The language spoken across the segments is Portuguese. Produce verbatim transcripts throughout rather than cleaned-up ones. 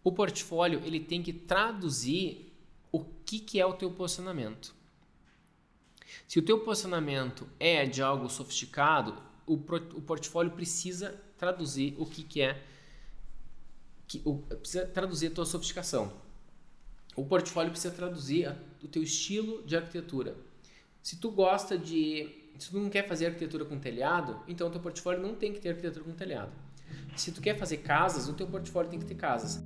O portfólio ele tem que traduzir o que, que é o teu posicionamento. Se o teu posicionamento é de algo sofisticado, o, o portfólio precisa traduzir o que, que é, que, o, precisa traduzir a tua sofisticação. O portfólio precisa traduzir a, o teu estilo de arquitetura. Se tu gosta de, se tu não quer fazer arquitetura com telhado, então o teu portfólio não tem que ter arquitetura com telhado. Se tu quer fazer casas, o teu portfólio tem que ter casas.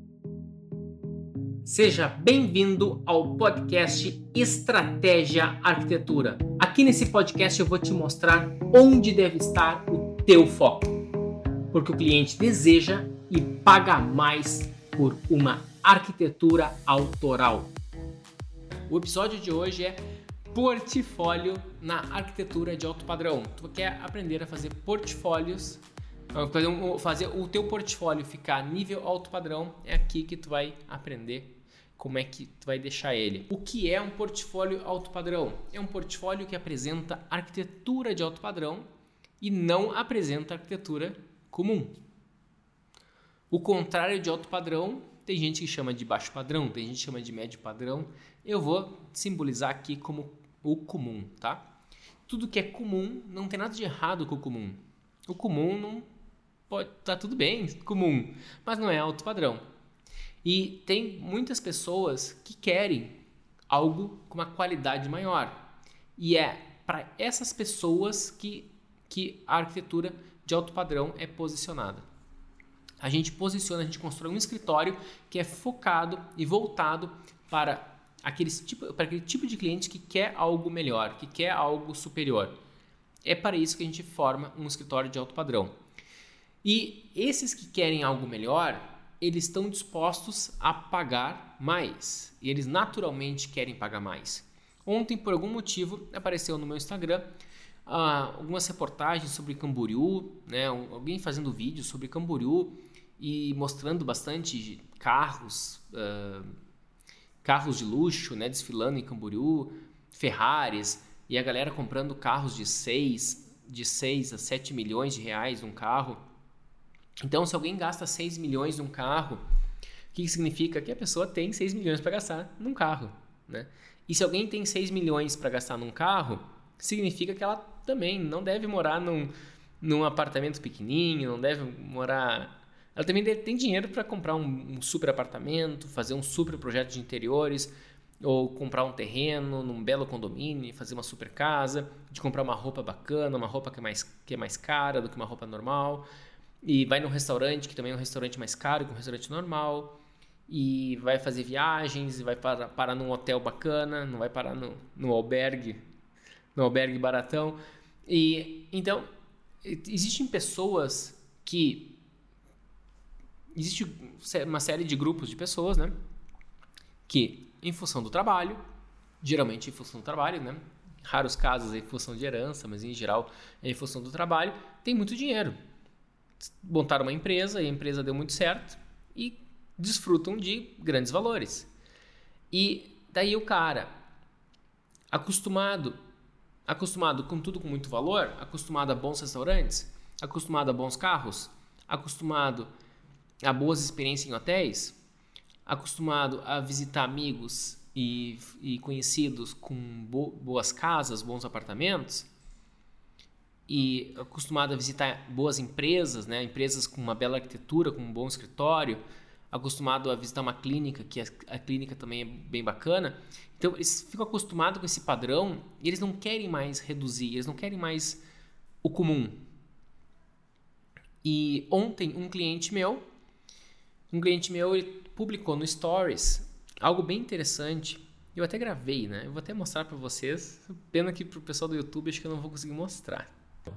Seja bem-vindo ao podcast Estratégia Arquitetura. Aqui nesse podcast eu vou te mostrar onde deve estar o teu foco. Porque o cliente deseja e paga mais por uma arquitetura autoral. O episódio de hoje é portfólio na arquitetura de alto padrão. Tu quer aprender a fazer portfólios, fazer o teu portfólio ficar nível alto padrão, é aqui que tu vai aprender como é que tu vai deixar ele. O que é um portfólio alto padrão? É um portfólio que apresenta arquitetura de alto padrão e não apresenta arquitetura comum. O contrário de alto padrão, tem gente que chama de baixo padrão, tem gente que chama de médio padrão. Eu vou simbolizar aqui como o comum, tá? Tudo que é comum, não tem nada de errado com o comum. O comum não pode, tá tudo bem, comum, mas não é alto padrão. E tem muitas pessoas que querem algo com uma qualidade maior. E é para essas pessoas que, que a arquitetura de alto padrão é posicionada. A gente posiciona, a gente constrói um escritório que é focado e voltado para aquele tipo, para aquele tipo de cliente que quer algo melhor, que quer algo superior. É para isso que a gente forma um escritório de alto padrão. E esses que querem algo melhor, eles estão dispostos a pagar mais. E eles naturalmente querem pagar mais. Ontem, por algum motivo, apareceu no meu Instagram uh, algumas reportagens sobre Camboriú, né? Alguém fazendo vídeo sobre Camboriú e mostrando bastante carros, uh, carros de luxo, né? Desfilando em Camboriú, Ferraris, e a galera comprando carros de seis, de seis a sete milhões de reais um carro. Então, se alguém gasta seis milhões num carro, o que significa? Que a pessoa tem seis milhões para gastar num carro, né? E se alguém tem seis milhões para gastar num carro, significa que ela também não deve morar num, num apartamento pequenininho, não deve morar... Ela também deve, tem dinheiro para comprar um, um super apartamento, fazer um super projeto de interiores, ou comprar um terreno num belo condomínio, fazer uma super casa, de comprar uma roupa bacana, uma roupa que é mais, que é mais cara do que uma roupa normal... E vai num restaurante, que também é um restaurante mais caro que um restaurante normal. E vai fazer viagens, e vai parar, parar num hotel bacana, não vai parar no, no albergue, no albergue baratão. E, então, existem pessoas que... Existe uma série de grupos de pessoas, né? Que, em função do trabalho, geralmente em função do trabalho, né? Raros casos em função de herança, mas em geral é em função do trabalho, tem muito dinheiro. Montaram uma empresa e a empresa deu muito certo e desfrutam de grandes valores. E daí o cara, acostumado, acostumado com tudo com muito valor, acostumado a bons restaurantes, acostumado a bons carros, acostumado a boas experiências em hotéis, acostumado a visitar amigos e, e conhecidos com bo- boas casas, bons apartamentos, e acostumado a visitar boas empresas, né? Empresas com uma bela arquitetura, com um bom escritório, acostumado a visitar uma clínica, que a, a clínica também é bem bacana. Então, eles ficam acostumados com esse padrão e eles não querem mais reduzir, eles não querem mais o comum. E ontem, um cliente meu, um cliente meu ele publicou no Stories algo bem interessante. Eu até gravei, né? Eu vou até mostrar para vocês. Pena que para o pessoal do YouTube acho que eu não vou conseguir mostrar.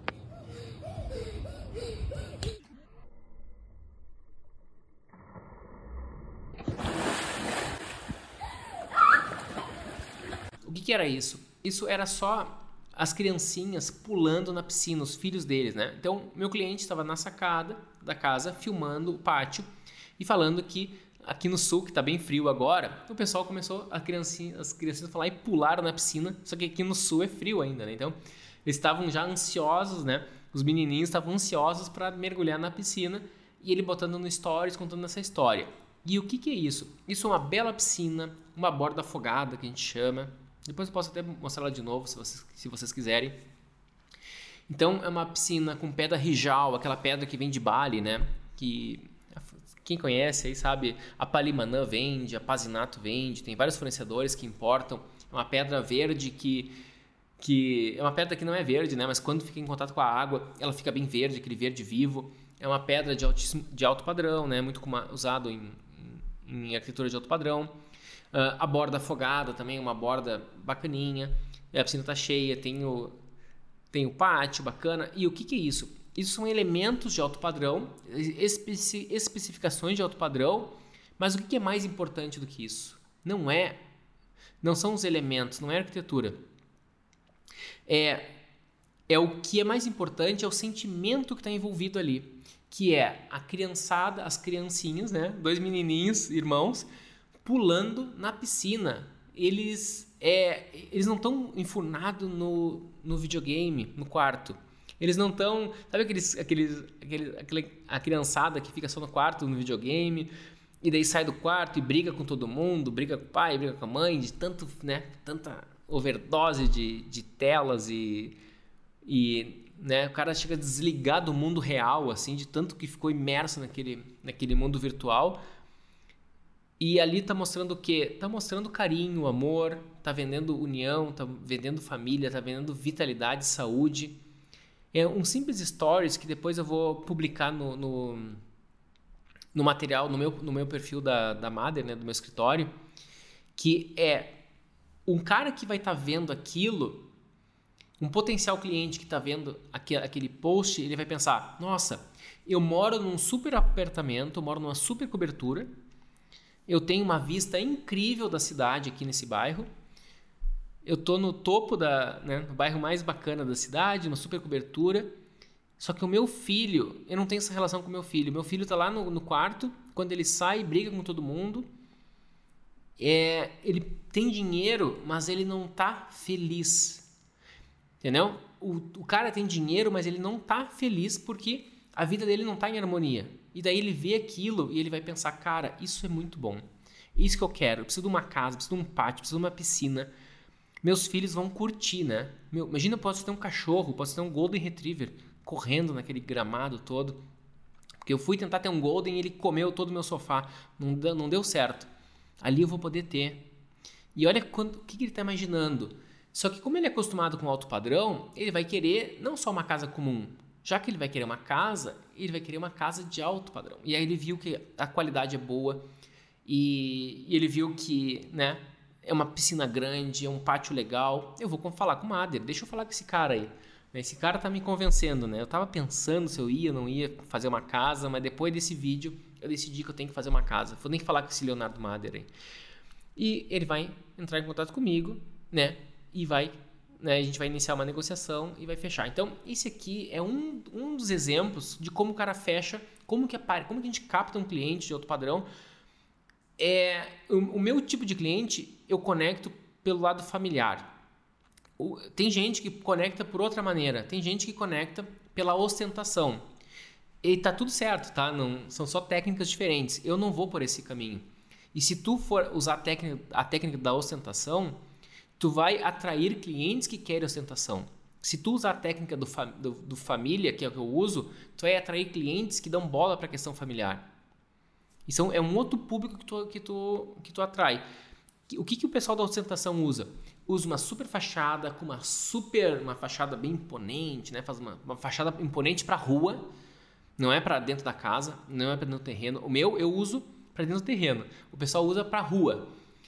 O que, que era isso? Isso era só as criancinhas pulando na piscina, os filhos deles, né? Então, meu cliente estava na sacada da casa, filmando o pátio e falando que aqui no sul, que está bem frio agora, o pessoal começou, a criancinha, as crianças a falar e pularam na piscina, só que aqui no sul é frio ainda, né? Então, eles estavam já ansiosos, né? Os menininhos estavam ansiosos para mergulhar na piscina e ele botando no stories, contando essa história. E o que, que é isso? Isso é uma bela piscina, uma borda afogada que a gente chama. Depois eu posso até mostrar ela de novo se vocês, se vocês quiserem. Então é uma piscina com pedra rijal, aquela pedra que vem de Bali, né? Que quem conhece aí sabe, a Palimanã vende, a Pazinato vende, tem vários fornecedores que importam. É uma pedra verde que, que é uma pedra que não é verde, né? Mas quando fica em contato com a água, ela fica bem verde, aquele verde vivo. É uma pedra de, altíssimo, de alto padrão, né? Muito usado em, em, em arquitetura de alto padrão. Uh, a borda afogada também, uma borda bacaninha. A piscina está cheia, tem o, tem o pátio bacana. E o que, que é isso? Isso são elementos de alto padrão, especi- especificações de alto padrão, mas o que, que é mais importante do que isso? Não é, não são os elementos, não é a arquitetura. É, é o que é mais importante, é o sentimento que está envolvido ali, que é a criançada, as criancinhas, né? Dois menininhos, irmãos, pulando na piscina. Eles, é, eles não estão enfurnados no, no videogame, no quarto. Eles não estão... Sabe aqueles, aqueles, aqueles, aquele, a criançada que fica só no quarto, no videogame, e daí sai do quarto e briga com todo mundo, briga com o pai, briga com a mãe, de tanto, né, tanta overdose de, de telas e... e né, o cara chega a desligar do mundo real, assim, de tanto que ficou imerso naquele, naquele mundo virtual. E ali tá mostrando o quê? Tá mostrando carinho, amor, tá vendendo união, tá vendendo família, tá vendendo vitalidade, saúde. É um simples stories que depois eu vou publicar no, no, no material, no meu, no meu perfil da, da Mother, né, do meu escritório, que é um cara que vai estar tá vendo aquilo, um potencial cliente que está vendo aquele, aquele post, ele vai pensar, nossa, eu moro num super apartamento, eu moro numa super cobertura, eu tenho uma vista incrível da cidade aqui nesse bairro, eu tô no topo da, né, no bairro mais bacana da cidade, uma super cobertura, só que o meu filho, eu não tenho essa relação com o meu filho, meu filho tá lá no, no quarto, quando ele sai, briga com todo mundo, é, ele tem dinheiro, mas ele não tá feliz, entendeu? O, o cara tem dinheiro, mas ele não tá feliz porque a vida dele não tá em harmonia, e daí ele vê aquilo e ele vai pensar, cara, isso é muito bom, isso que eu quero, eu preciso de uma casa, preciso de um pátio, preciso de uma piscina. Meus filhos vão curtir, né? Meu, imagina, eu posso ter um cachorro, posso ter um Golden Retriever correndo naquele gramado todo. Porque eu fui tentar ter um Golden e ele comeu todo o meu sofá. Não deu, não deu certo. Ali eu vou poder ter. E olha quando, o que, que ele está imaginando. Só que como ele é acostumado com alto padrão, ele vai querer não só uma casa comum. Já que ele vai querer uma casa, ele vai querer uma casa de alto padrão. E aí ele viu que a qualidade é boa. E, e ele viu que, né? É uma piscina grande, é um pátio legal. Eu vou falar com o Mother, deixa eu falar com esse cara aí. Esse cara tá me convencendo, né? Eu tava pensando se eu ia ou não ia fazer uma casa, mas depois desse vídeo eu decidi que eu tenho que fazer uma casa. Vou nem falar com esse Leonardo Mother aí. E ele vai entrar em contato comigo, né? E vai, né? A gente vai iniciar uma negociação e vai fechar. Então, esse aqui é um, um dos exemplos de como o cara fecha, como que, apare, como que a gente capta um cliente de alto padrão. É, o, o meu tipo de cliente eu conecto pelo lado familiar. O, tem gente que conecta por outra maneira, tem gente que conecta pela ostentação. E tá tudo certo, tá? Não, são só técnicas diferentes. Eu não vou por esse caminho. E se tu for usar a técnica, a técnica da ostentação, tu vai atrair clientes que querem ostentação. Se tu usar a técnica do, do, do família, que é o que eu uso, tu vai atrair clientes que dão bola para a questão familiar. Isso é um outro público que tu, que tu, que tu atrai. O que, que o pessoal da ostentação usa? Usa uma super fachada, com uma super, uma fachada bem imponente, né? Faz uma, uma fachada imponente para rua, não é para dentro da casa, não é para dentro do terreno. O meu eu uso para dentro do terreno. O pessoal usa para rua.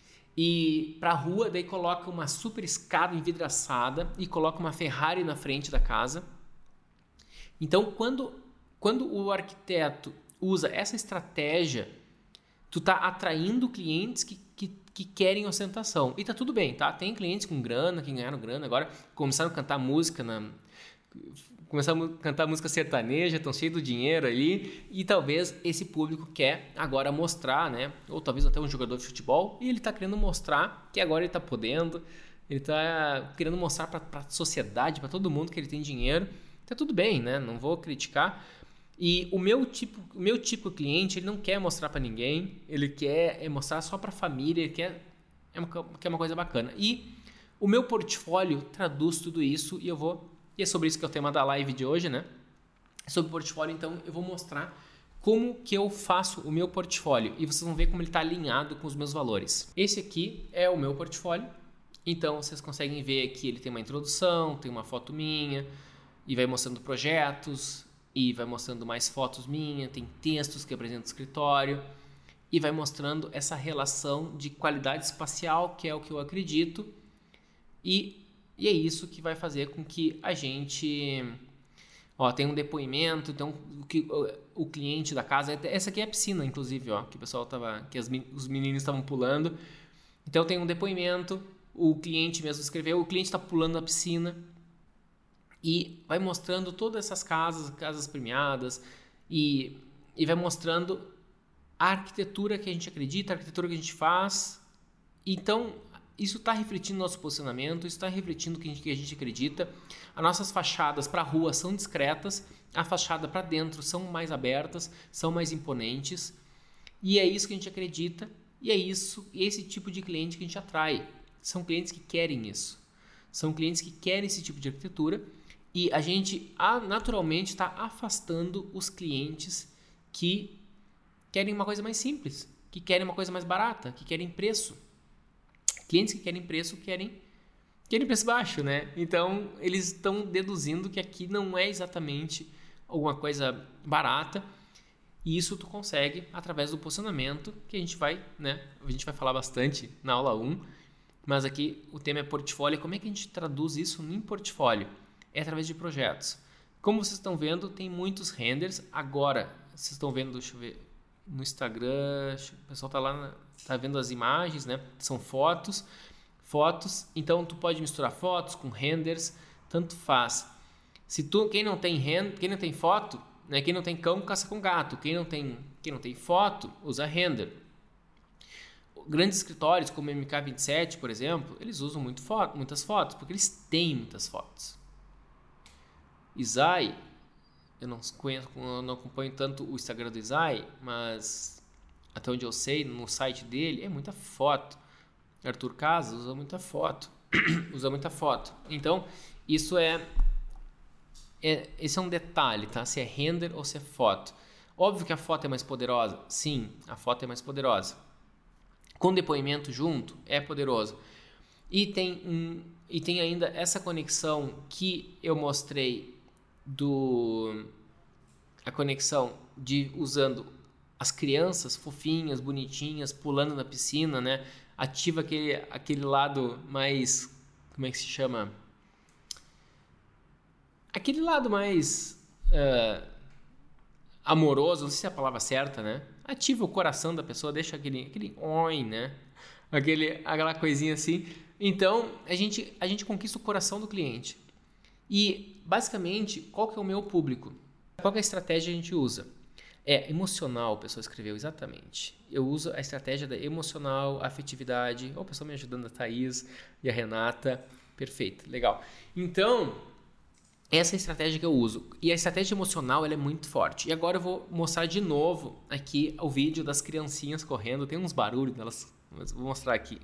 E para rua daí coloca uma super escada envidraçada e coloca uma Ferrari na frente da casa. Então quando, quando o arquiteto usa essa estratégia, tu tá atraindo clientes que, que, que querem ostentação. E tá tudo bem, tá? Tem clientes com grana, que ganharam grana, agora começaram a cantar música, na, começaram a cantar música sertaneja, estão cheios do dinheiro ali, e talvez esse público quer agora mostrar, né? Ou talvez até um jogador de futebol, e ele tá querendo mostrar que agora ele tá podendo, ele tá querendo mostrar para a sociedade, para todo mundo que ele tem dinheiro. Tá tudo bem, né? Não vou criticar. E o meu tipo, o meu tipo de cliente, ele não quer mostrar para ninguém, ele quer é mostrar só para a família, ele quer é uma, quer uma coisa bacana. E o meu portfólio traduz tudo isso e eu vou, e é sobre isso que é o tema da live de hoje, né? Sobre o portfólio, então eu vou mostrar como que eu faço o meu portfólio e vocês vão ver como ele está alinhado com os meus valores. Esse aqui é o meu portfólio, então vocês conseguem ver que ele tem uma introdução, tem uma foto minha e vai mostrando projetos e vai mostrando mais fotos minhas, tem textos que apresentam o escritório e vai mostrando essa relação de qualidade espacial, que é o que eu acredito, e, e é isso que vai fazer com que a gente... Ó, tem um depoimento, então o, que, o, o cliente da casa, essa aqui é a piscina, inclusive, ó, que o pessoal tava, que as, os meninos estavam pulando. Então tem um depoimento, o cliente mesmo escreveu, o cliente está pulando na piscina e vai mostrando todas essas casas, casas premiadas e, e vai mostrando a arquitetura que a gente acredita, a arquitetura que a gente faz. Então isso está refletindo nosso posicionamento, isso está refletindo o que a gente, que a gente acredita. As nossas fachadas para a rua são discretas, a fachada para dentro são mais abertas, são mais imponentes. E é isso que a gente acredita, e é isso, e esse tipo de cliente que a gente atrai. São clientes que querem isso. São clientes que querem esse tipo de arquitetura, e a gente naturalmente está afastando os clientes que querem uma coisa mais simples, que querem uma coisa mais barata, que querem preço. Clientes que querem preço querem, querem preço baixo, né? Então, eles estão deduzindo que aqui não é exatamente alguma coisa barata. E isso tu consegue através do posicionamento, que a gente vai, né? A gente vai falar bastante na aula um. Mas aqui o tema é portfólio. Como é que a gente traduz isso em portfólio? É através de projetos. Como vocês estão vendo, tem muitos renders. Agora, vocês estão vendo, deixa eu ver... no Instagram, o pessoal tá lá, tá vendo as imagens, né? São fotos, fotos. Então tu pode misturar fotos com renders, tanto faz. Se tu, quem não tem render, quem não tem foto, né? Quem não tem cão caça com gato. Quem não tem, quem não tem foto usa render. Grandes escritórios como M K vinte e sete, por exemplo, eles usam muito foto, muitas fotos porque eles têm muitas fotos. Isai, eu não conheço, eu não acompanho tanto o Instagram do Isai, mas até onde eu sei, no site dele é muita foto. Arthur Casas usa muita foto, usa muita foto. Então, isso é, é, esse é um detalhe, tá? Se é render ou se é foto. Óbvio que a foto é mais poderosa. Sim, a foto é mais poderosa. Com depoimento junto, é poderoso. E tem, um, e tem ainda essa conexão que eu mostrei do a conexão de usando as crianças fofinhas, bonitinhas, pulando na piscina, né? Ativa aquele, aquele lado mais, como é que se chama? Aquele lado mais uh, amoroso, não sei se é a palavra certa, né? Ativa o coração da pessoa, deixa aquele, aquele oi, né? Aquele, aquela coisinha assim. Então, a gente, a gente conquista o coração do cliente. E, basicamente, qual que é o meu público? Qual que é a estratégia que a gente usa? É emocional, a pessoa escreveu exatamente. Eu uso a estratégia da emocional, afetividade. Ó, o pessoal me ajudando, a Thaís e a Renata. Perfeito, legal. Então, essa é a estratégia que eu uso. E a estratégia emocional ela é muito forte. E agora eu vou mostrar de novo aqui o vídeo das criancinhas correndo. Tem uns barulhos delas, mas vou mostrar aqui.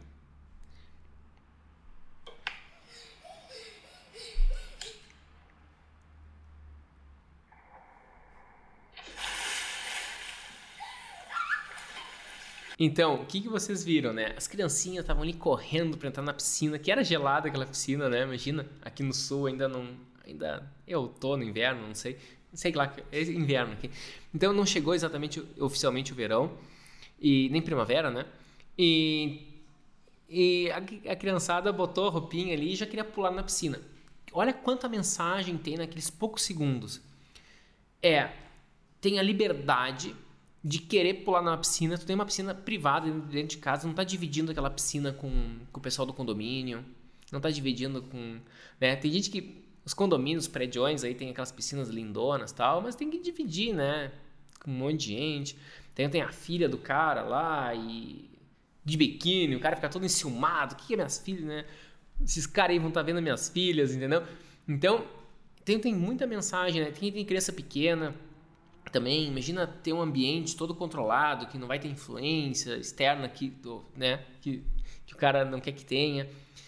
Então, o que, que vocês viram, né? As criancinhas estavam ali correndo para entrar na piscina, que era gelada aquela piscina, né? Imagina, aqui no sul ainda não... Ainda é outono, inverno, não sei. Não sei lá, é inverno aqui. Então não chegou exatamente oficialmente o verão, e nem primavera, né? E, e a, a criançada botou a roupinha ali e já queria pular na piscina. Olha quanta mensagem tem naqueles poucos segundos. É, tem a liberdade de querer pular na piscina. Tu tem uma piscina privada dentro de casa, não tá dividindo aquela piscina com, com o pessoal do condomínio, não tá dividindo com... Né? Tem gente que... Os condomínios, os prédios aí tem aquelas piscinas lindonas e tal, mas tem que dividir, né? Com um monte de gente. Tem, tem a filha do cara lá e... De biquíni, o cara fica todo enciumado. O que é minhas filhas, né? Esses caras aí vão estar vendo minhas filhas, entendeu? Então, tem, tem muita mensagem, né? Tem, tem criança pequena, também, imagina ter um ambiente todo controlado, que não vai ter influência externa que, né, que, que o cara não quer que tenha.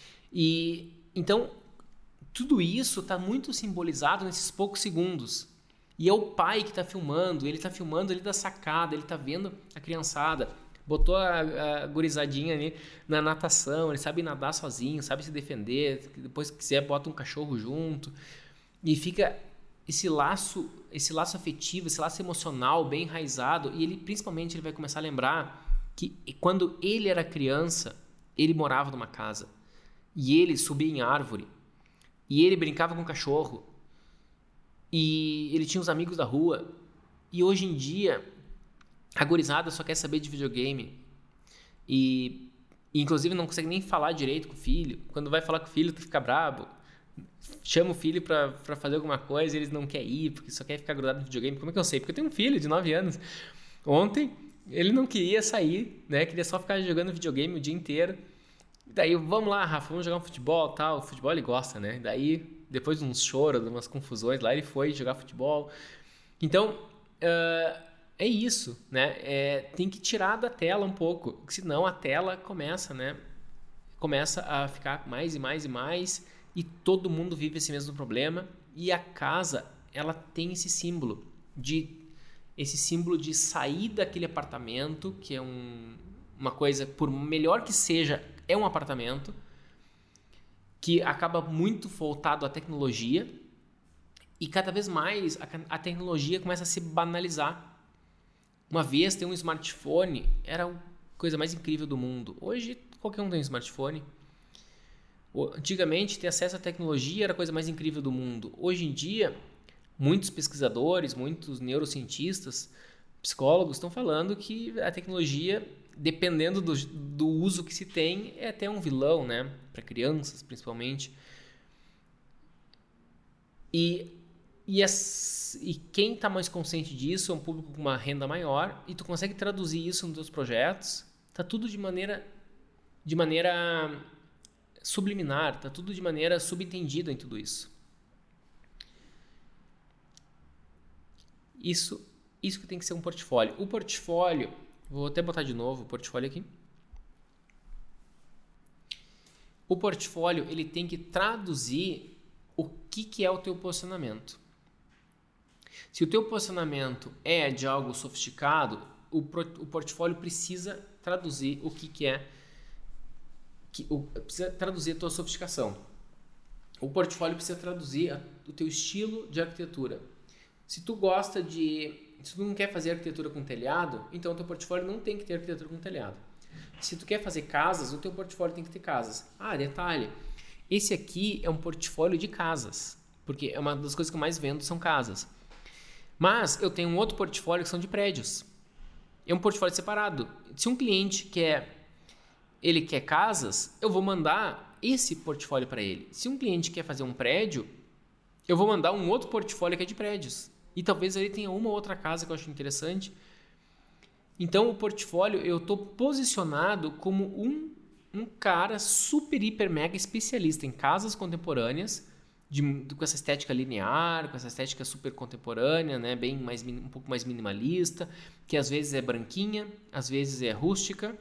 E então, tudo isso está muito simbolizado nesses poucos segundos. E é o pai que está filmando, ele está filmando ali da sacada, ele está vendo a criançada, botou a, a gurizadinha ali na natação, ele sabe nadar sozinho, sabe se defender, depois que quiser bota um cachorro junto, e fica esse laço, esse laço afetivo, esse laço emocional bem enraizado, e ele principalmente ele vai começar a lembrar que quando ele era criança, ele morava numa casa, e ele subia em árvore, e ele brincava com o cachorro, e ele tinha os amigos da rua, e hoje em dia a gurizada só quer saber de videogame, e, e inclusive não consegue nem falar direito com o filho. Quando vai falar com o filho, tu fica brabo, chama o filho pra, pra fazer alguma coisa e eles não querem ir, porque só quer ficar grudado no videogame. Como é que eu sei? Porque eu tenho um filho de nove anos. Ontem ele não queria sair, né? Queria só ficar jogando videogame o dia inteiro. Daí, vamos lá, Rafa, vamos jogar um futebol, tal. O futebol ele gosta, né? Daí, depois de uns choros, de umas confusões lá, ele foi jogar futebol. Então, uh, é isso, né? É, tem que tirar da tela um pouco, porque senão a tela começa, né? Começa a ficar mais e mais e mais, e todo mundo vive esse mesmo problema. E a casa, ela tem esse símbolo de esse símbolo de sair daquele apartamento, que é um, uma coisa, por melhor que seja, é um apartamento que acaba muito voltado à tecnologia, e cada vez mais a, a tecnologia começa a se banalizar. Uma vez ter um smartphone era a coisa mais incrível do mundo. Hoje qualquer um tem um smartphone. Antigamente ter acesso à tecnologia era a coisa mais incrível do mundo. Hoje em dia, muitos pesquisadores, muitos neurocientistas, psicólogos estão falando que a tecnologia, dependendo do, do uso que se tem, é até um vilão, né? Para crianças, principalmente. E, e, as, e quem está mais consciente disso é um público com uma renda maior, e tu consegue traduzir isso nos teus projetos. Tá tudo de maneira, de maneira subliminar, tá tudo de maneira subentendida em tudo isso. Isso, isso que tem que ser um portfólio. O portfólio, vou até botar de novo o portfólio aqui. O portfólio, ele tem que traduzir o que, que é o teu posicionamento. Se o teu posicionamento é de algo sofisticado, o, o portfólio precisa traduzir o que, que é, que, o, precisa traduzir a tua sofisticação. O portfólio precisa traduzir a, o teu estilo de arquitetura. Se tu gosta de... Se tu não quer fazer arquitetura com telhado, então o teu portfólio não tem que ter arquitetura com telhado. Se tu quer fazer casas, o teu portfólio tem que ter casas. Ah, detalhe, esse aqui é um portfólio de casas, porque é uma das coisas que eu mais vendo são casas. Mas eu tenho um outro portfólio que são de prédios. É um portfólio separado. Se um cliente quer, ele quer casas, eu vou mandar esse portfólio para ele. Se um cliente quer fazer um prédio, eu vou mandar um outro portfólio que é de prédios. E talvez ele tenha uma ou outra casa que eu acho interessante. Então o portfólio, eu estou posicionado como um, um cara super, hiper, mega especialista em casas contemporâneas, de, com essa estética linear, com essa estética super contemporânea, né? Bem mais, um pouco mais minimalista, que às vezes é branquinha, às vezes é rústica,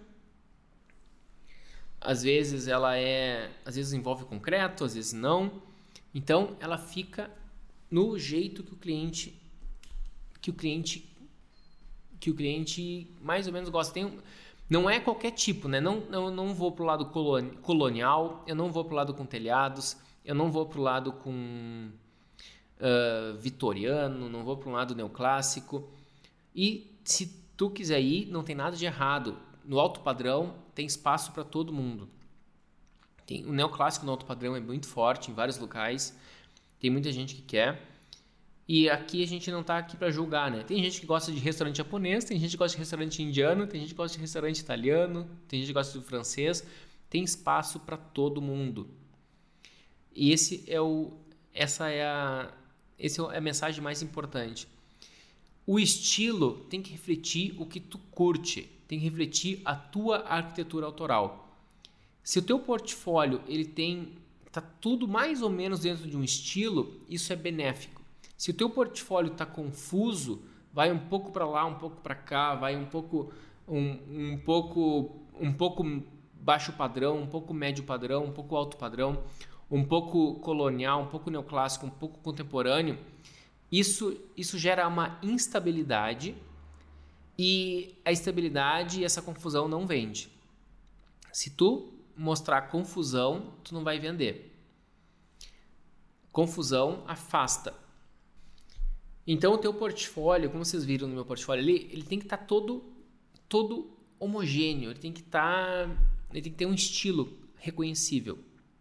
às vezes ela é, às vezes envolve concreto, às vezes não. Então ela fica no jeito que o cliente que o cliente que o cliente mais ou menos gosta. Tem, não é qualquer tipo, né? Não, não, não vou pro lado colonial, eu não vou pro lado com telhados, eu não vou pro lado com uh, vitoriano, não vou pro lado neoclássico. E se tu quiser ir, não tem nada de errado. No alto padrão tem espaço para todo mundo. Tem, o neoclássico no alto padrão é muito forte em vários locais. Tem muita gente que quer. E aqui a gente não está aqui para julgar, né? Tem gente que gosta de restaurante japonês, tem gente que gosta de restaurante indiano, tem gente que gosta de restaurante italiano, tem gente que gosta do francês. Tem espaço para todo mundo. E esse é o, essa é a, essa é a mensagem mais importante. O estilo tem que refletir o que tu curte, tem que refletir a tua arquitetura autoral. Se o teu portfólio ele tem, tá tudo mais ou menos dentro de um estilo, isso é benéfico. Se o teu portfólio está confuso, vai um pouco para lá, um pouco para cá, vai um pouco um, um pouco um pouco baixo padrão, um pouco médio padrão, um pouco alto padrão, um pouco colonial, um pouco neoclássico, um pouco contemporâneo. Isso isso gera uma instabilidade e a instabilidade e essa confusão não vende. Se tu mostrar confusão, tu não vai vender. Confusão afasta. Então o teu portfólio, como vocês viram no meu portfólio ali, ele tem que estar tá todo, todo homogêneo, ele tem que estar, tá, ele tem que ter um estilo reconhecível.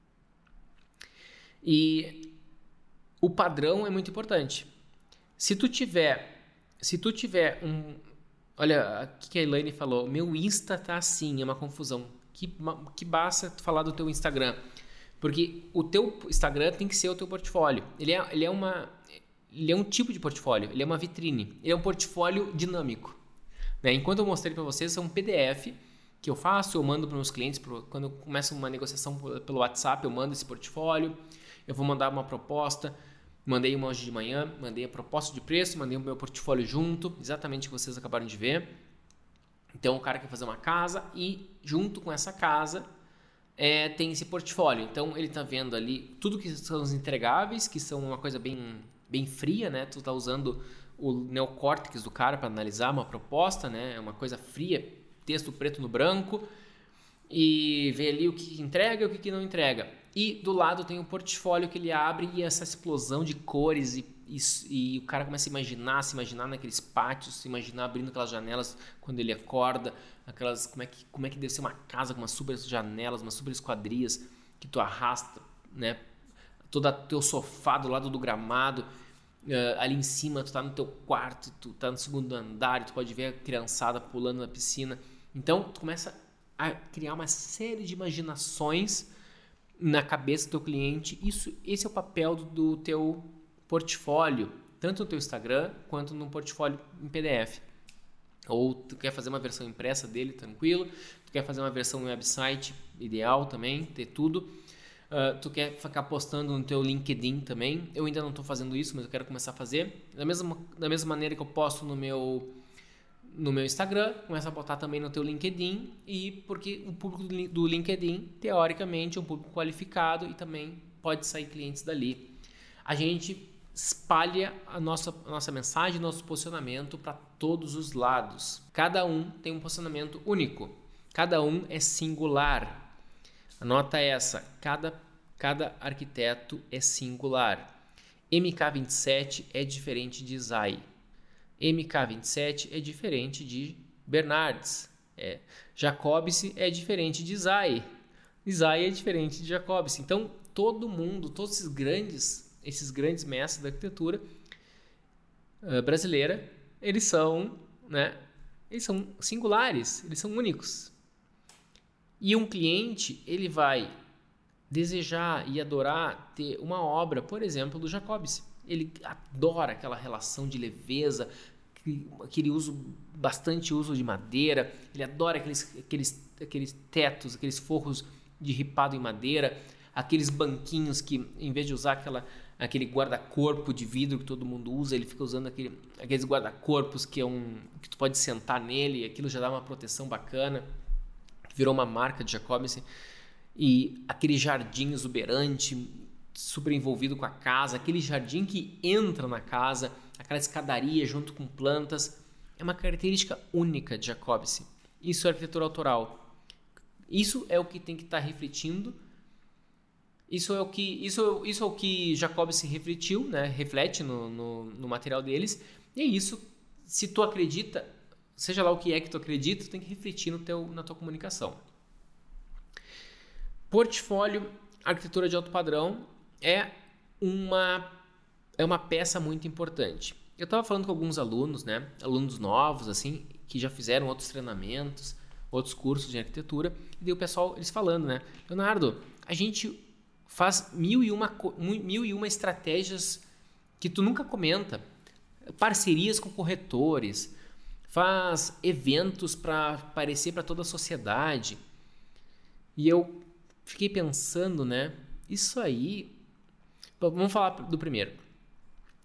E o padrão é muito importante. Se tu tiver, se tu tiver um, olha, o que a Elaine falou, meu Insta tá assim, é uma confusão. Que, que basta tu falar do teu Instagram, porque o teu Instagram tem que ser o teu portfólio. Ele é, ele é uma Ele é um tipo de portfólio, ele é uma vitrine, ele é um portfólio dinâmico. Né? Enquanto eu mostrei para vocês, é um P D F que eu faço, eu mando para meus clientes, pro, quando eu começo uma negociação pelo WhatsApp, eu mando esse portfólio, eu vou mandar uma proposta, mandei uma hoje de manhã, mandei a proposta de preço, mandei o meu portfólio junto, exatamente o que vocês acabaram de ver. Então o cara quer fazer uma casa e junto com essa casa é, tem esse portfólio. Então ele está vendo ali tudo que são os entregáveis, que são uma coisa bem... bem fria, né? Tu tá usando o neocórtex do cara para analisar uma proposta, né? É uma coisa fria, texto preto no branco, e ver ali o que entrega e o que não entrega. E do lado tem o portfólio que ele abre e essa explosão de cores e, e, e o cara começa a imaginar, se imaginar naqueles pátios, se imaginar abrindo aquelas janelas quando ele acorda, aquelas, como é que, como é que deve ser uma casa com umas super janelas, umas super esquadrias que tu arrasta, né? Todo o teu sofá do lado do gramado, uh, ali em cima tu tá no teu quarto, tu tá no segundo andar, tu pode ver a criançada pulando na piscina. Então tu começa a criar uma série de imaginações na cabeça do teu cliente. Isso, esse é o papel do, do teu portfólio, tanto no teu Instagram quanto no portfólio em P D F. Ou tu quer fazer uma versão impressa dele, tranquilo. Tu quer fazer uma versão no website, ideal também, ter tudo. Uh, tu quer ficar postando no teu LinkedIn também. Eu ainda não estou fazendo isso, mas eu quero começar a fazer. Da mesma, da mesma maneira que eu posto no meu, no meu Instagram, começa a botar também no teu LinkedIn. E porque o público do LinkedIn, teoricamente, é um público qualificado e também pode sair clientes dali. A gente espalha a nossa, a nossa mensagem, nosso posicionamento para todos os lados. Cada um tem um posicionamento único. Cada um é singular. Anota essa, cada, cada arquiteto é singular. M K vinte e sete é diferente de Zai. M K vinte e sete é diferente de Bernardes. É. Jacobse é diferente de Zai. Zai é diferente de Jacobse. Então, todo mundo, todos esses grandes, esses grandes mestres da arquitetura uh, brasileira, eles são, né, eles são singulares, eles são únicos. E um cliente, ele vai desejar e adorar ter uma obra, por exemplo, do Jacobse. Ele adora aquela relação de leveza, aquele uso, bastante uso de madeira, ele adora aqueles, aqueles, aqueles tetos, aqueles forros de ripado em madeira, aqueles banquinhos que, em vez de usar aquela, aquele guarda-corpo de vidro que todo mundo usa, ele fica usando aquele, aqueles guarda-corpos que, é um, que tu pode sentar nele, e aquilo já dá uma proteção bacana. Virou uma marca de Jacobse. E aquele jardim exuberante, super envolvido com a casa, aquele jardim que entra na casa, aquela escadaria junto com plantas, é uma característica única de Jacobse. Isso é arquitetura autoral. Isso é o que tem que estar refletindo. Isso é o que, isso, isso é o que Jacobse refletiu, né? Reflete no, no, no material deles. E é isso, se tu acredita, seja lá o que é que tu acredita, tu tem que refletir no teu, na tua comunicação. Portfólio, arquitetura de alto padrão, é uma, é uma peça muito importante. Eu estava falando com alguns alunos, né? Alunos novos, assim, que já fizeram outros treinamentos, outros cursos de arquitetura, e daí o pessoal, eles falando, né? Leonardo, a gente faz mil e uma, mil e uma estratégias que tu nunca comenta, parcerias com corretores, faz eventos para aparecer para toda a sociedade. E eu fiquei pensando, né? Isso aí... Vamos falar do primeiro.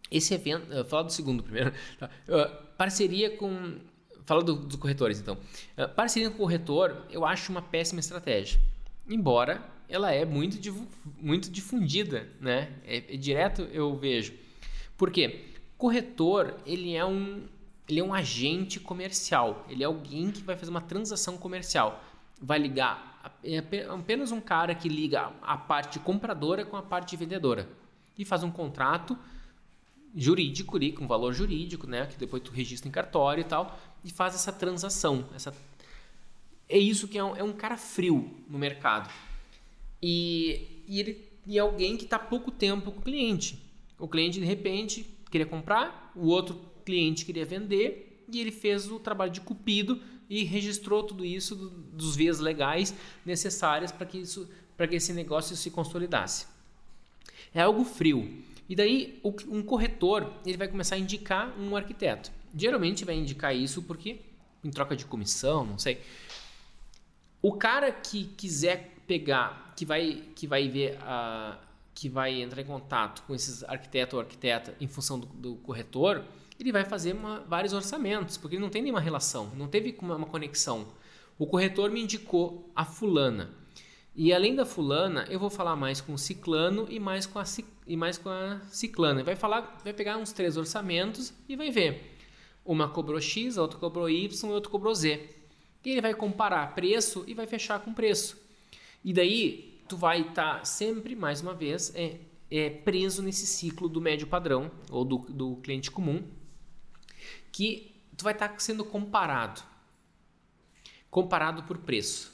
esse evento, uh, falar do segundo primeiro, tá? uh, parceria com, fala do, dos corretores então, uh, parceria com o corretor eu acho uma péssima estratégia, embora ela é muito, muito difundida, né? É, é direto eu vejo, por quê? Corretor, ele é um, ele é um agente comercial, ele é alguém que vai fazer uma transação comercial, vai ligar, é apenas um cara que liga a parte compradora com a parte vendedora e faz um contrato jurídico ali, com valor jurídico, né, que depois tu registra em cartório e tal, e faz essa transação. Essa... É isso que é um, é um cara frio no mercado. E, e ele e alguém que está pouco tempo com o cliente. O cliente, de repente, queria comprar, o outro cliente queria vender, e ele fez o trabalho de cupido e registrou tudo isso do, dos vias legais necessárias para que, isso, para que esse negócio se consolidasse. É algo frio. E daí um corretor ele vai começar a indicar um arquiteto. Geralmente vai indicar isso porque em troca de comissão, não sei. O cara que quiser pegar, que vai, que vai ver a, que vai entrar em contato com esses arquiteto ou arquiteta em função do, do corretor, ele vai fazer uma, vários orçamentos, porque ele não tem nenhuma relação, não teve uma, uma conexão. O corretor me indicou a fulana. E além da fulana, eu vou falar mais com o ciclano e mais com a, e mais com a ciclana. Vai falar, vai pegar uns três orçamentos e vai ver. Uma cobrou X, a outra cobrou Y e outra cobrou Z. E ele vai comparar preço e vai fechar com preço. E daí, tu vai estar tá sempre, mais uma vez, é, é preso nesse ciclo do médio padrão ou do, do cliente comum, que tu vai estar tá sendo comparado. Comparado por preço.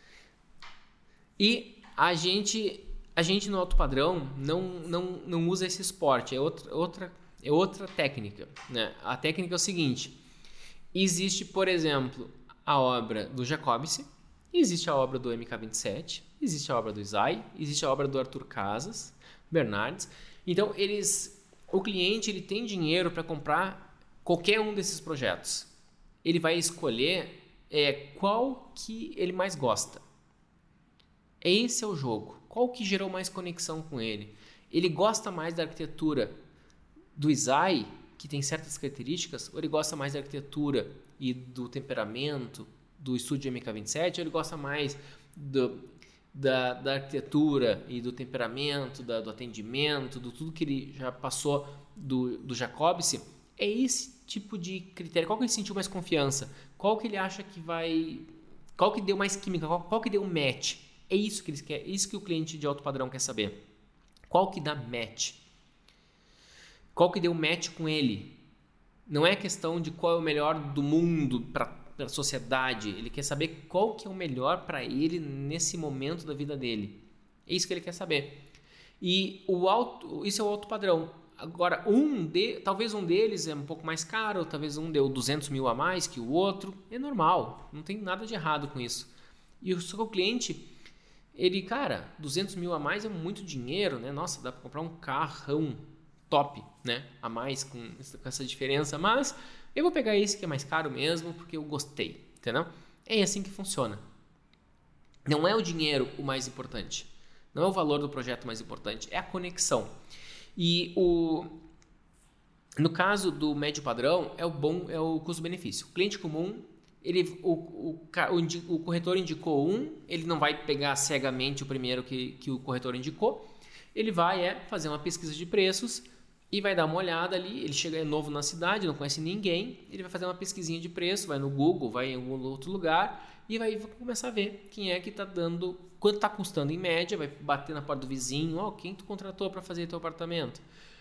E a gente, a gente no alto padrão não, não, não usa esse esporte, é outra, outra, é outra técnica, né? A técnica é o seguinte, existe, por exemplo, a obra do Jacobsen, existe a obra do M K vinte e sete, existe a obra do Zay, existe a obra do Arthur Casas, Bernardes. Então, eles, o cliente ele tem dinheiro para comprar qualquer um desses projetos. Ele vai escolher é, qual que ele mais gosta. Esse é o jogo. Qual que gerou mais conexão com ele? Ele gosta mais da arquitetura do Zay, que tem certas características, ou ele gosta mais da arquitetura e do temperamento do estúdio M K vinte e sete, ou ele gosta mais do, da, da arquitetura e do temperamento, da, do atendimento, do tudo que ele já passou do, do Jacobsen? É esse tipo de critério. Qual que ele sentiu mais confiança? Qual que ele acha que vai... Qual que deu mais química? Qual, qual que deu match? É isso que eles querem, é isso que o cliente de alto padrão quer saber. Qual que dá match? Qual que deu match com ele? Não é questão de qual é o melhor do mundo para a sociedade. Ele quer saber qual que é o melhor para ele nesse momento da vida dele. É isso que ele quer saber. E o alto, isso é o alto padrão. Agora, um de, talvez um deles é um pouco mais caro, talvez um deu duzentos mil a mais que o outro. É normal, não tem nada de errado com isso. E o seu cliente... Ele, cara, duzentos mil a mais é muito dinheiro, né? Nossa, dá para comprar um carrão top, né? A mais com essa diferença. Mas eu vou pegar esse que é mais caro mesmo porque eu gostei, entendeu? É assim que funciona. Não é o dinheiro o mais importante. Não é o valor do projeto mais importante. É a conexão. E o... no caso do médio padrão, é o bom, é o custo-benefício. O cliente comum... Ele, o, o, o, o corretor indicou um, ele não vai pegar cegamente o primeiro que, que o corretor indicou, ele vai é, fazer uma pesquisa de preços e vai dar uma olhada ali, ele chega é novo na cidade, não conhece ninguém, ele vai fazer uma pesquisinha de preço, vai no Google, vai em algum outro lugar e vai começar a ver quem é que está dando, quanto está custando em média, vai bater na porta do vizinho, ó, oh, quem tu contratou para fazer teu apartamento?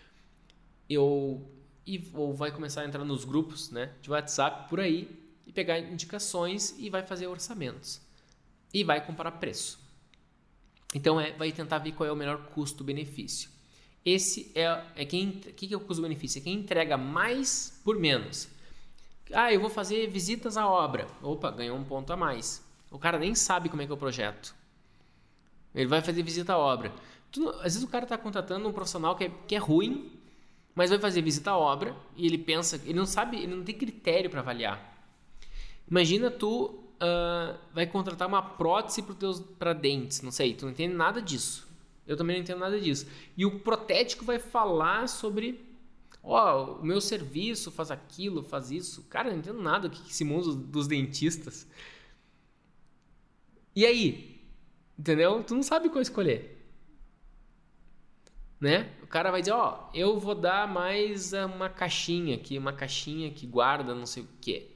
Eu, e, ou vai começar a entrar nos grupos, né, de WhatsApp por aí, e pegar indicações e vai fazer orçamentos. E vai comparar preço. Então, é, vai tentar ver qual é o melhor custo-benefício. Esse é, é quem... O que é o custo-benefício? É quem entrega mais por menos. Ah, eu vou fazer visitas à obra. Opa, ganhou um ponto a mais. O cara nem sabe como é que é o projeto. Ele vai fazer visita à obra. Tu, às vezes o cara está contratando um profissional que é, que é ruim, mas vai fazer visita à obra e ele pensa... Ele não sabe, ele não tem critério para avaliar. Imagina tu uh, vai contratar uma prótese para dentes, não sei, tu não entende nada disso. Eu também não entendo nada disso. E o protético vai falar sobre Ó, oh, o meu serviço faz aquilo, faz isso. Cara, eu não entendo nada do que esse mundo dos dentistas. E aí? Entendeu? Tu não sabe qual escolher. Né? O cara vai dizer, ó, oh, eu vou dar mais uma caixinha aqui, uma caixinha que guarda não sei o que.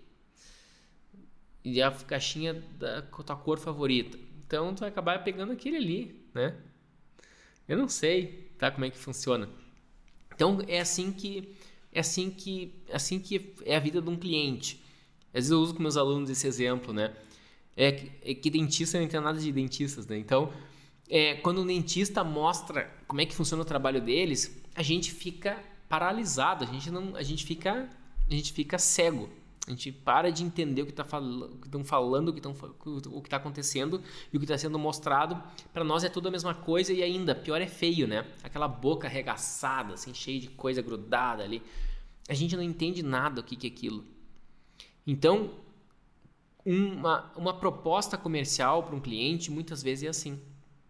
E a caixinha da tua cor favorita. Então tu vai acabar pegando aquele ali, né? Eu não sei, tá? Como é que funciona. Então é assim que é assim que assim que é a vida de um cliente. Às vezes eu uso com meus alunos esse exemplo, né? É que, é que dentista não entende nada de dentistas, né? Então, é, quando o dentista mostra como é que funciona o trabalho deles, a gente fica paralisado, a gente não, a gente fica, a gente fica cego. A gente para de entender o que estão falando, o que está acontecendo e o que está sendo mostrado. Para nós é tudo a mesma coisa e ainda, pior é feio, né? Aquela boca arregaçada, assim, cheia de coisa grudada ali. A gente não entende nada o que, que é aquilo. Então, uma, uma proposta comercial para um cliente muitas vezes é assim.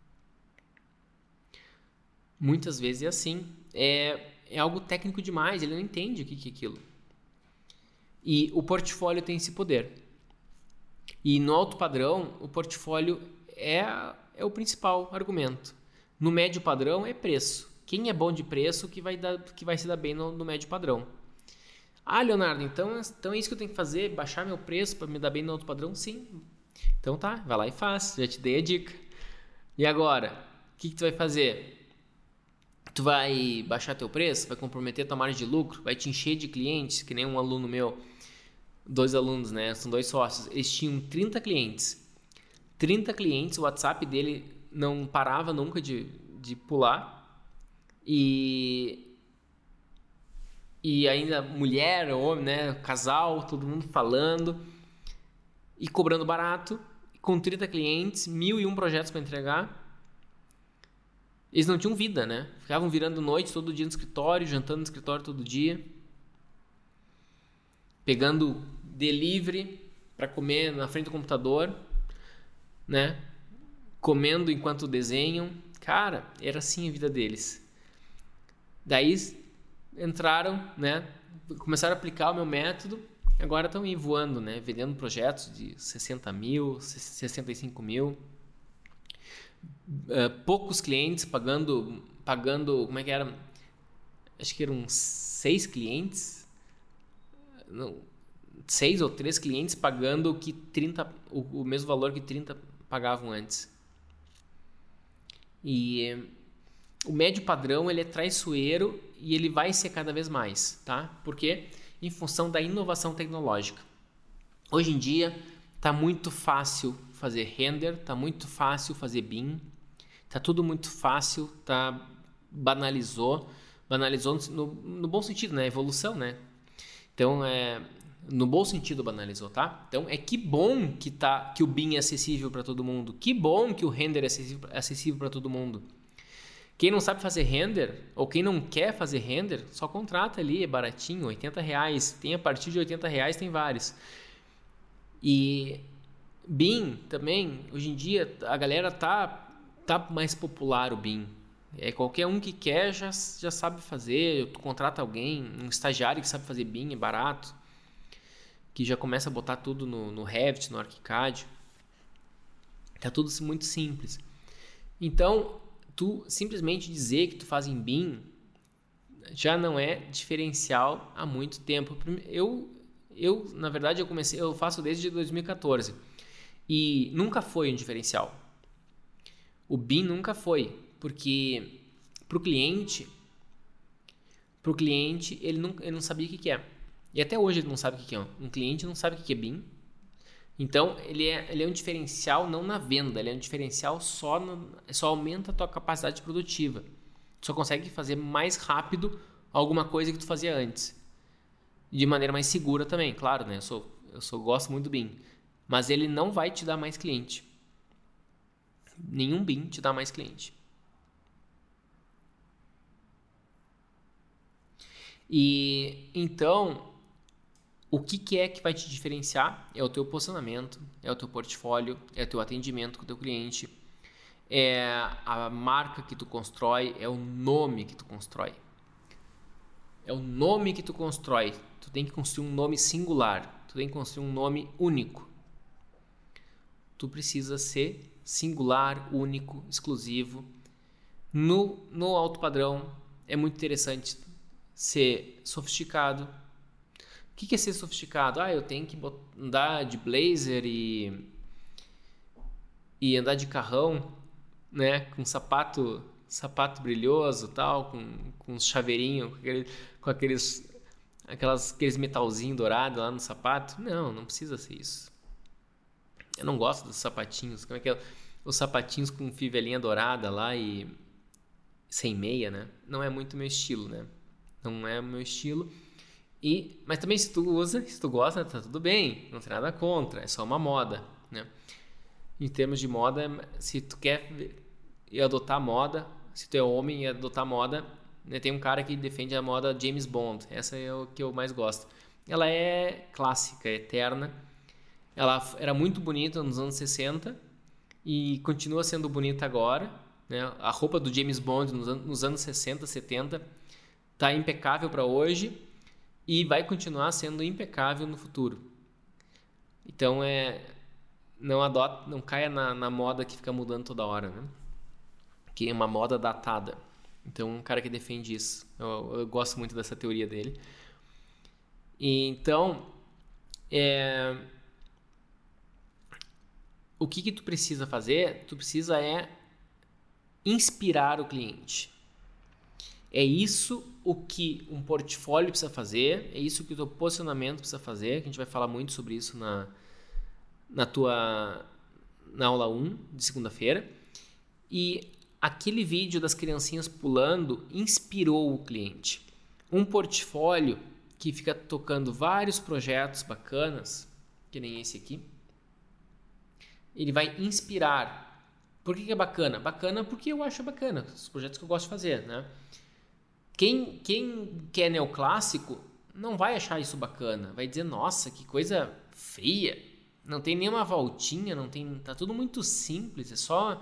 Muitas vezes é assim. É, é algo técnico demais, ele não entende o que, que é aquilo. E o portfólio tem esse poder. E no alto padrão, o portfólio é, é o principal argumento. No médio padrão é preço. Quem é bom de preço que vai, dar, que vai se dar bem no, no médio padrão. Ah, Leonardo, então, então é isso que eu tenho que fazer? Baixar meu preço para me dar bem no alto padrão? Sim. Então tá, vai lá e faz. Já te dei a dica. E agora, o que, que tu vai fazer? Tu vai baixar teu preço? Vai comprometer tua margem de lucro? Vai te encher de clientes? Que nem um aluno meu, dois alunos, né? São dois sócios. Eles tinham trinta clientes. trinta clientes, o WhatsApp dele não parava nunca de, de pular. E... E ainda mulher, homem, né? Casal, todo mundo falando. E cobrando barato. Com trinta clientes, mil e um projetos para entregar. Eles não tinham vida, né? Ficavam virando noite todo dia no escritório, jantando no escritório todo dia. Pegando delivery para comer na frente do computador, né? Comendo enquanto desenham. Cara, era assim a vida deles. Daí entraram, né? Começaram a aplicar o meu método. Agora estão aí voando, né? Vendendo projetos de sessenta mil, sessenta e cinco mil. Uh, poucos clientes pagando, pagando, como é que era? Acho que eram seis clientes, não, seis ou três clientes pagando que trinta, o, o mesmo valor que trinta pagavam antes. E o médio padrão ele é traiçoeiro e ele vai ser cada vez mais, tá? Porque em função da inovação tecnológica. Hoje em dia tá muito fácil fazer render, tá muito fácil fazer B I M, tá tudo muito fácil, tá banalizou, banalizou no, no bom sentido, né? Evolução, né? Então é no bom sentido banalizou, tá? Então é que bom que tá que o B I M é acessível para todo mundo, que bom que o render é acessível, acessível para todo mundo. Quem não sabe fazer render, ou quem não quer fazer render, só contrata ali, é baratinho, oitenta reais. Tem a partir de oitenta reais, tem vários. E B I M também, hoje em dia, a galera tá, tá mais popular o B I M. É, qualquer um que quer já, já sabe fazer, tu contrata alguém, um estagiário que sabe fazer B I M, é barato, que já começa a botar tudo no, no Revit, no ArchiCAD. Tá tudo muito simples. Então, tu simplesmente dizer que tu faz em B I M já não é diferencial há muito tempo. Eu, eu na verdade, eu comecei, eu faço desde dois mil e quatorze e nunca foi um diferencial. O B I M nunca foi, porque pro cliente, pro cliente ele não, ele não sabia o que, que é. E até hoje ele não sabe o que, que é. Um cliente não sabe o que, que é B I M. Então, ele é, ele é um diferencial não na venda, ele é um diferencial só, no, só aumenta a tua capacidade produtiva. Tu só consegue fazer mais rápido alguma coisa que tu fazia antes. De maneira mais segura também, claro, né? Eu, sou, eu sou, gosto muito do B I M. Mas ele não vai te dar mais cliente. Nenhum B I M te dá mais cliente. E então... O que, que é que vai te diferenciar? É o teu posicionamento, é o teu portfólio, é o teu atendimento com o teu cliente, é a marca que tu constrói, é o nome que tu constrói. é o nome que tu constrói. Tu tem que construir um nome singular, tu tem que construir um nome único. Tu precisa ser singular, único, exclusivo. No, no alto padrão é muito interessante ser sofisticado. O que é ser sofisticado? Ah, eu tenho que andar de blazer e, e andar de carrão, né? Com sapato, sapato brilhoso, tal, com, com uns chaveirinhos, com, aquele, com aqueles, aquelas, aqueles metalzinhos dourados lá no sapato. Não, não precisa ser isso. Eu não gosto dos sapatinhos. Como é que é? Os sapatinhos com fivelinha dourada lá e sem meia, né? Não é muito meu estilo, né? Não é meu estilo. E, mas também se tu usa, se tu gosta, tá tudo bem. Não tem nada contra. É só uma moda, né? Em termos de moda, se tu quer ir adotar moda, se tu é homem e adotar moda, né? Tem um cara que defende a moda James Bond. Essa é o que eu mais gosto. Ela é clássica, é eterna. Ela era muito bonita nos anos sessenta e continua sendo bonita agora, né? A roupa do James Bond nos, an- nos anos sessenta, setenta está impecável para hoje e vai continuar sendo impecável no futuro. Então, é, não, adota, não caia na, na moda que fica mudando toda hora, né? Que é uma moda datada. Então, um cara que defende isso. Eu, eu gosto muito dessa teoria dele. E, então, é... o que que tu precisa fazer? Tu precisa é inspirar o cliente. É isso o que um portfólio precisa fazer, é isso que o teu posicionamento precisa fazer, que a gente vai falar muito sobre isso na, na tua na aula um de segunda-feira. E aquele vídeo das criancinhas pulando inspirou o cliente. Um portfólio que fica tocando vários projetos bacanas, que nem esse aqui, ele vai inspirar. Por que que é bacana? Bacana porque eu acho bacana, os projetos que eu gosto de fazer, né? Quem, quem quer neoclássico não vai achar isso bacana, vai dizer, nossa, que coisa feia, não tem nenhuma voltinha, não tem, tá tudo muito simples, é só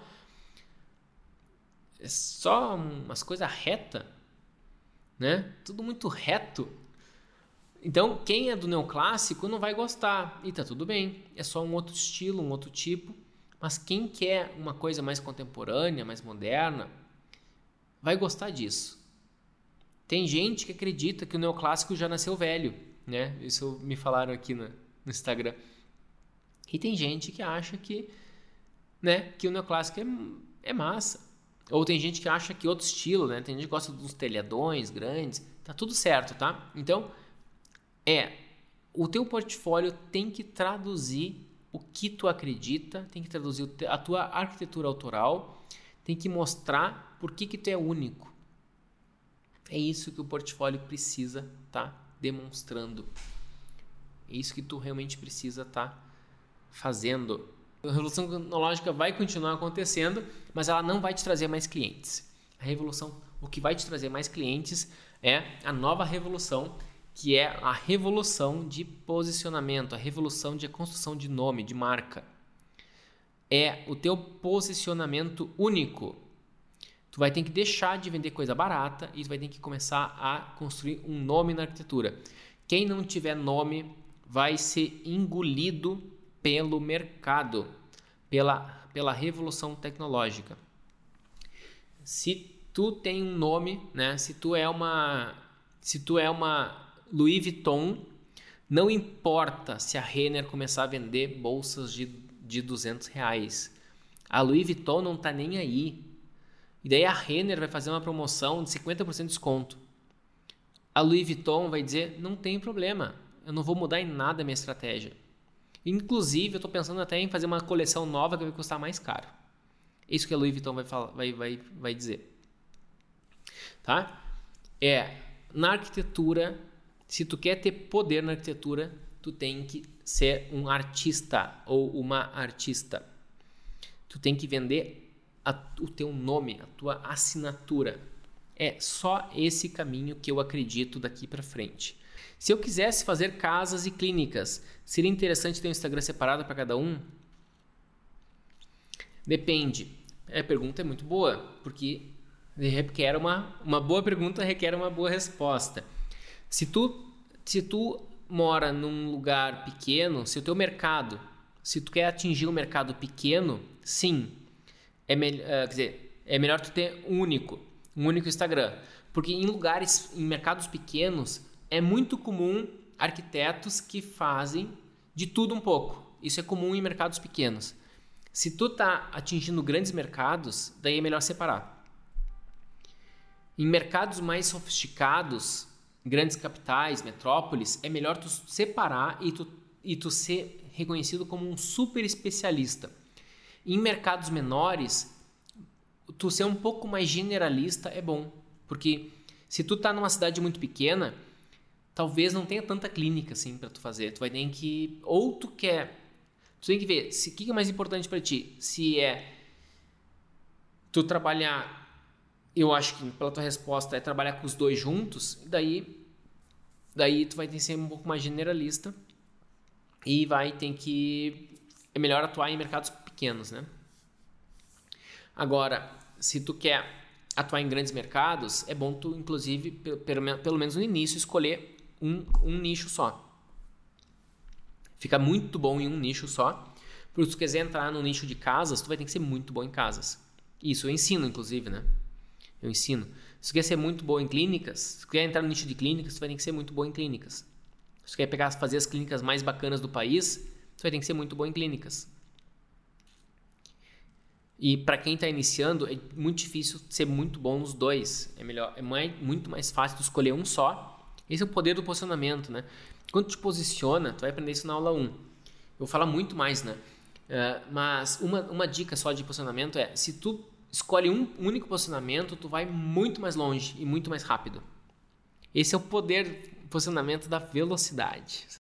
é só umas coisas retas, né? Tudo muito reto. Então, quem é do neoclássico não vai gostar, e tá tudo bem, é só um outro estilo, um outro tipo, mas quem quer uma coisa mais contemporânea, mais moderna, vai gostar disso. Tem gente que acredita que o neoclássico já nasceu velho, né? Isso me falaram aqui no, no Instagram. E tem gente que acha que, né, que o neoclássico é, é massa. Ou tem gente que acha que outro estilo, né? Tem gente que gosta dos telhadões grandes. Tá tudo certo, tá? Então, é, o teu portfólio tem que traduzir o que tu acredita, tem que traduzir a tua arquitetura autoral, tem que mostrar por que que tu é único. É isso que o portfólio precisa estar tá demonstrando. É isso que tu realmente precisa estar tá fazendo. A revolução tecnológica vai continuar acontecendo, mas ela não vai te trazer mais clientes. A revolução, o que vai te trazer mais clientes é a nova revolução, que é a revolução de posicionamento, a revolução de construção de nome, de marca. É o teu posicionamento único. Tu vai ter que deixar de vender coisa barata e tu vai ter que começar a construir um nome na arquitetura. Quem não tiver nome vai ser engolido pelo mercado, pela, pela revolução tecnológica. Se tu tem um nome, né? Se tu é uma, se tu é uma Louis Vuitton, não importa se a Renner começar a vender bolsas de, de duzentos reais. A Louis Vuitton não está nem aí. E daí a Renner vai fazer uma promoção de cinquenta por cento de desconto. A Louis Vuitton vai dizer, não tem problema, eu não vou mudar em nada a minha estratégia. Inclusive, eu estou pensando até em fazer uma coleção nova que vai custar mais caro. É isso que a Louis Vuitton vai, falar, vai, vai, vai dizer. Tá? É, na arquitetura, se tu quer ter poder na arquitetura, tu tem que ser um artista ou uma artista. Tu tem que vender a, o teu nome, a tua assinatura. É só esse caminho que eu acredito daqui para frente. Se eu quisesse fazer casas e clínicas, seria interessante ter um Instagram separado para cada um? Depende. A pergunta é muito boa, porque requer uma, uma boa pergunta requer uma boa resposta. Se tu, se tu mora num lugar pequeno, se o teu mercado, se tu quer atingir um mercado pequeno, sim, é, me, uh, quer dizer, é melhor tu ter um único, um único Instagram. Porque em lugares, em mercados pequenos, é muito comum arquitetos que fazem de tudo um pouco. Isso é comum em mercados pequenos. Se tu tá atingindo grandes mercados, daí é melhor separar. Em mercados mais sofisticados, grandes capitais, metrópoles, é melhor tu separar e tu, e tu ser reconhecido como um super especialista. Em mercados menores, tu ser um pouco mais generalista é bom, porque se tu tá numa cidade muito pequena, talvez não tenha tanta clínica assim para tu fazer. Tu vai ter que, ou tu quer, tu tem que ver se o que é mais importante para ti. Se é tu trabalhar, eu acho que pela tua resposta é trabalhar com os dois juntos, e daí, daí tu vai ter que ser um pouco mais generalista e vai ter que, é melhor atuar em mercados pequenos, né? Agora, se tu quer atuar em grandes mercados, é bom tu, inclusive, pelo, pelo menos no início, escolher um, um nicho só. Fica muito bom em um nicho só, porque se tu quiser entrar no nicho de casas, tu vai ter que ser muito bom em casas. Isso eu ensino, inclusive, né? Eu ensino. Se tu quer ser muito bom em clínicas, se tu quer entrar no nicho de clínicas, tu vai ter que ser muito bom em clínicas. Se tu quer pegar, fazer as clínicas mais bacanas do país, tu vai ter que ser muito bom em clínicas. E para quem está iniciando, é muito difícil ser muito bom nos dois. É melhor, é mais, muito mais fácil tu escolher um só. Esse é o poder do posicionamento, né? Quando tu te posiciona, tu vai aprender isso na aula um. Eu vou falar muito mais, né? Uh, mas uma, uma dica só de posicionamento é, se tu escolhe um único posicionamento, tu vai muito mais longe e muito mais rápido. Esse é o poder do posicionamento da velocidade.